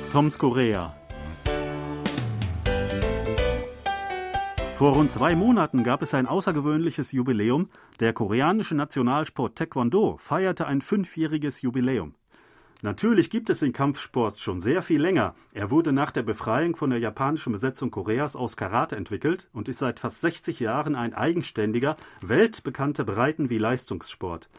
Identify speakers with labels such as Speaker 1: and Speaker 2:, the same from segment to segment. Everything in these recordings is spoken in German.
Speaker 1: Toms Korea. Vor rund 2 Monaten gab es ein außergewöhnliches Jubiläum. Der koreanische Nationalsport Taekwondo feierte ein 5-jähriges Jubiläum. Natürlich gibt es den Kampfsport schon sehr viel länger. Er wurde nach der Befreiung von der japanischen Besetzung Koreas aus Karate entwickelt und ist seit fast 60 Jahren ein eigenständiger, weltbekannter Breiten- wie Leistungssport.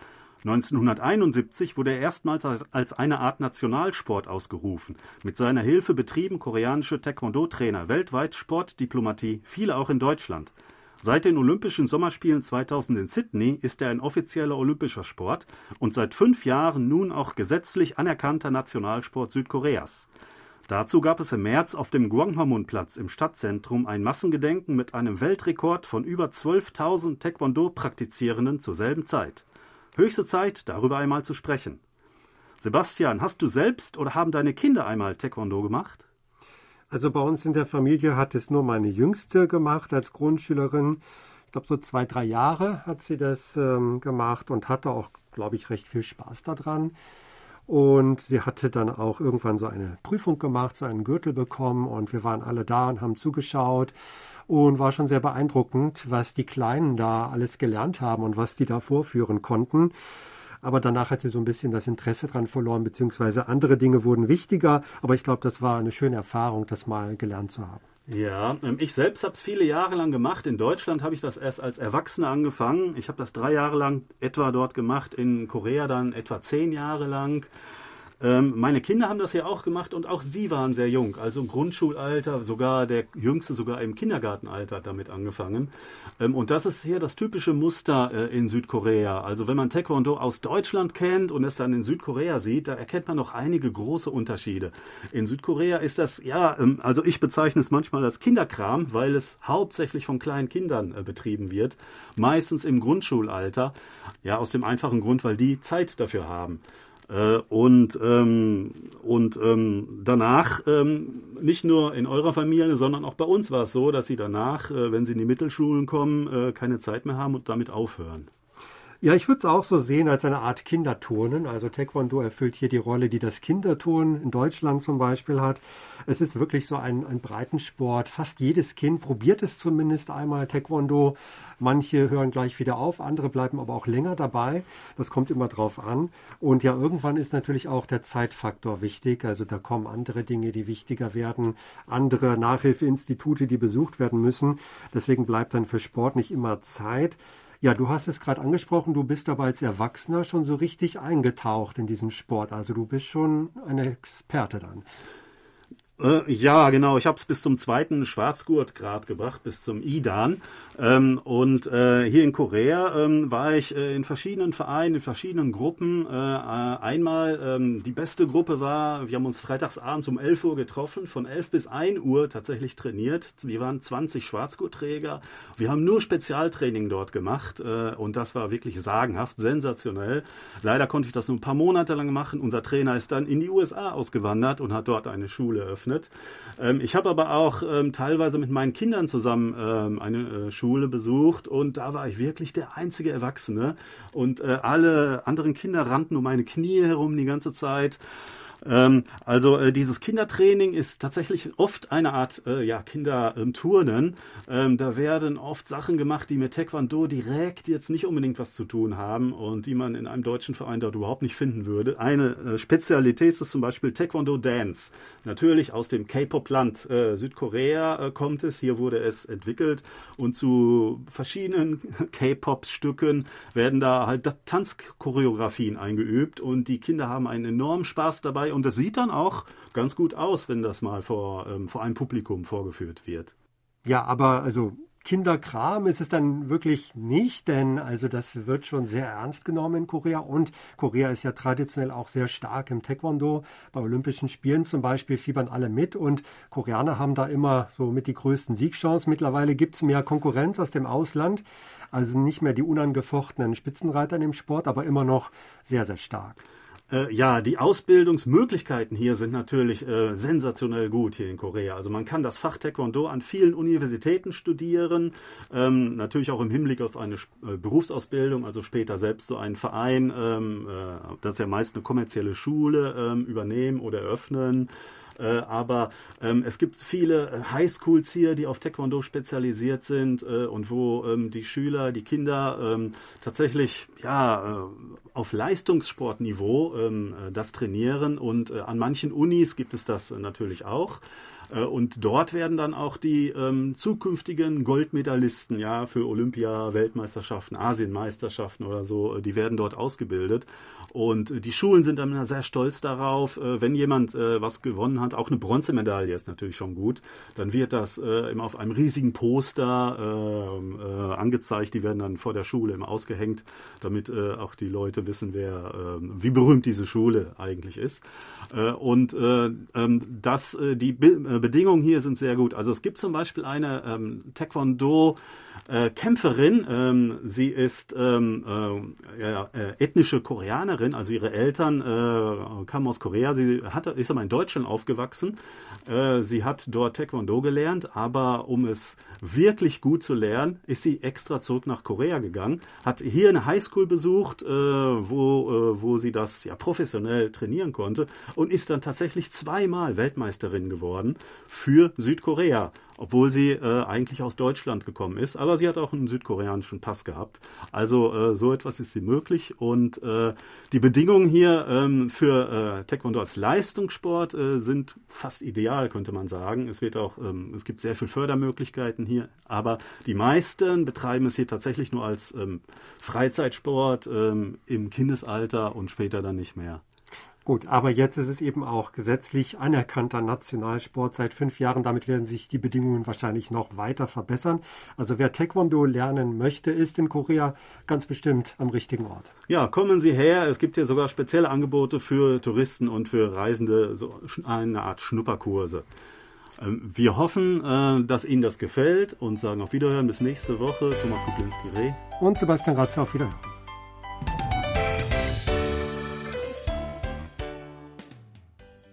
Speaker 1: 1971 wurde er erstmals als eine Art Nationalsport ausgerufen. Mit seiner Hilfe betrieben koreanische Taekwondo-Trainer weltweit Sportdiplomatie, viele auch in Deutschland. Seit den Olympischen Sommerspielen 2000 in Sydney ist er ein offizieller olympischer Sport und seit 5 Jahren nun auch gesetzlich anerkannter Nationalsport Südkoreas. Dazu gab es im März auf dem Gwanghwamun-Platz im Stadtzentrum ein Massengedenken mit einem Weltrekord von über 12.000 Taekwondo-Praktizierenden zur selben Zeit. Höchste Zeit, darüber einmal zu sprechen. Sebastian, hast du selbst oder haben deine Kinder einmal Taekwondo gemacht?
Speaker 2: Also bei uns in der Familie hat es nur meine Jüngste gemacht als Grundschülerin. Ich glaube, so 2-3 Jahre hat sie das gemacht und hatte auch, glaube ich, recht viel Spaß daran. Und sie hatte dann auch irgendwann so eine Prüfung gemacht, so einen Gürtel bekommen und wir waren alle da und haben zugeschaut. Und war schon sehr beeindruckend, was die Kleinen da alles gelernt haben und was die da vorführen konnten. Aber danach hat sie so ein bisschen das Interesse dran verloren, beziehungsweise andere Dinge wurden wichtiger. Aber ich glaube, das war eine schöne Erfahrung, das mal gelernt zu haben.
Speaker 1: Ja, ich selbst habe es viele Jahre lang gemacht. In Deutschland habe ich das erst als Erwachsener angefangen. Ich habe das 3 Jahre lang etwa dort gemacht, in Korea dann etwa 10 Jahre lang. Meine Kinder haben das ja auch gemacht und auch sie waren sehr jung, also im Grundschulalter, sogar der Jüngste sogar im Kindergartenalter hat damit angefangen. Und das ist hier das typische Muster in Südkorea. Also wenn man Taekwondo aus Deutschland kennt und es dann in Südkorea sieht, da erkennt man noch einige große Unterschiede. In Südkorea ist das, also ich bezeichne es manchmal als Kinderkram, weil es hauptsächlich von kleinen Kindern betrieben wird, meistens im Grundschulalter, ja aus dem einfachen Grund, weil die Zeit dafür haben. Und danach, nicht nur in eurer Familie, sondern auch bei uns war es so, dass sie danach, wenn sie in die Mittelschulen kommen, keine Zeit mehr haben und damit aufhören.
Speaker 2: Ja, ich würde es auch so sehen als eine Art Kinderturnen. Also Taekwondo erfüllt hier die Rolle, die das Kinderturnen in Deutschland zum Beispiel hat. Es ist wirklich so ein Breitensport. Fast jedes Kind probiert es zumindest einmal Taekwondo. Manche hören gleich wieder auf, andere bleiben aber auch länger dabei. Das kommt immer drauf an. Und ja, irgendwann ist natürlich auch der Zeitfaktor wichtig. Also da kommen andere Dinge, die wichtiger werden, andere Nachhilfeinstitute, die besucht werden müssen. Deswegen bleibt dann für Sport nicht immer Zeit. Ja, du hast es gerade angesprochen, du bist aber als Erwachsener schon so richtig eingetaucht in diesen Sport. Also du bist schon ein Experte dann.
Speaker 1: Ja, genau. Ich habe es bis zum 2. Schwarzgurtgrad gebracht, bis zum Idan. Hier in Korea war ich in verschiedenen Vereinen, in verschiedenen Gruppen. Einmal die beste Gruppe war, wir haben uns freitagsabends um 11 Uhr getroffen, von 11 bis 1 Uhr tatsächlich trainiert. Wir waren 20 Schwarzgurtträger. Wir haben nur Spezialtraining dort gemacht und das war wirklich sagenhaft, sensationell. Leider konnte ich das nur ein paar Monate lang machen. Unser Trainer ist dann in die USA ausgewandert und hat dort eine Schule eröffnet. Ich habe aber auch teilweise mit meinen Kindern zusammen eine Schule besucht und da war ich wirklich der einzige Erwachsene und alle anderen Kinder rannten um meine Knie herum die ganze Zeit. Dieses Kindertraining ist tatsächlich oft eine Art Kinderturnen. Da werden oft Sachen gemacht, die mit Taekwondo direkt jetzt nicht unbedingt was zu tun haben und die man in einem deutschen Verein dort überhaupt nicht finden würde. Eine Spezialität ist zum Beispiel Taekwondo Dance. Natürlich aus dem K-Pop-Land Südkorea kommt es. Hier wurde es entwickelt und zu verschiedenen K-Pop-Stücken werden da halt Tanzchoreografien eingeübt und die Kinder haben einen enormen Spaß dabei. Und das sieht dann auch ganz gut aus, wenn das mal vor einem Publikum vorgeführt wird.
Speaker 2: Ja, aber also Kinderkram ist es dann wirklich nicht, denn also das wird schon sehr ernst genommen in Korea und Korea ist ja traditionell auch sehr stark im Taekwondo. Bei Olympischen Spielen zum Beispiel fiebern alle mit und Koreaner haben da immer so mit die größten Siegchancen. Mittlerweile gibt es mehr Konkurrenz aus dem Ausland, also nicht mehr die unangefochtenen Spitzenreiter in dem Sport, aber immer noch sehr, sehr stark.
Speaker 1: Die Ausbildungsmöglichkeiten hier sind natürlich sensationell gut hier in Korea. Also man kann das Fach Taekwondo an vielen Universitäten studieren, natürlich auch im Hinblick auf eine Berufsausbildung, also später selbst so einen Verein, das ist ja meist eine kommerzielle Schule, übernehmen oder eröffnen. Aber es gibt viele Highschools hier, die auf Taekwondo spezialisiert sind und wo die Schüler, die Kinder tatsächlich auf Leistungssportniveau das trainieren. Und an manchen Unis gibt es das natürlich auch. Und dort werden dann auch die zukünftigen Goldmedaillisten für Olympia, Weltmeisterschaften, Asienmeisterschaften oder so, die werden dort ausgebildet. Und die Schulen sind dann sehr stolz darauf, wenn jemand was gewonnen hat, auch eine Bronzemedaille ist natürlich schon gut, dann wird das immer auf einem riesigen Poster angezeigt, die werden dann vor der Schule immer ausgehängt, damit auch die Leute wissen, wie berühmt diese Schule eigentlich ist. Die Bedingungen hier sind sehr gut. Also es gibt zum Beispiel eine Taekwondo-Kämpferin. Sie ist ethnische Koreanerin, also ihre Eltern kamen aus Korea. Sie ist aber in Deutschland aufgewachsen. Sie hat dort Taekwondo gelernt, aber um es wirklich gut zu lernen, ist sie extra zurück nach Korea gegangen, hat hier eine Highschool besucht, wo sie das professionell trainieren konnte und ist dann tatsächlich 2-mal Weltmeisterin geworden für Südkorea, obwohl sie eigentlich aus Deutschland gekommen ist. Aber sie hat auch einen südkoreanischen Pass gehabt. Also so etwas ist sie möglich. Und die Bedingungen hier für Taekwondo als Leistungssport sind fast ideal, könnte man sagen. Es gibt sehr viele Fördermöglichkeiten hier. Aber die meisten betreiben es hier tatsächlich nur als Freizeitsport im Kindesalter und später dann nicht mehr.
Speaker 2: Gut, aber jetzt ist es eben auch gesetzlich anerkannter Nationalsport seit 5 Jahren. Damit werden sich die Bedingungen wahrscheinlich noch weiter verbessern. Also wer Taekwondo lernen möchte, ist in Korea ganz bestimmt am richtigen Ort.
Speaker 1: Ja, kommen Sie her. Es gibt hier sogar spezielle Angebote für Touristen und für Reisende, so eine Art Schnupperkurse. Wir hoffen, dass Ihnen das gefällt und sagen auf Wiederhören bis nächste Woche. Thomas Kuklinski-Reh
Speaker 2: und Sebastian Ratze, auf Wiederhören.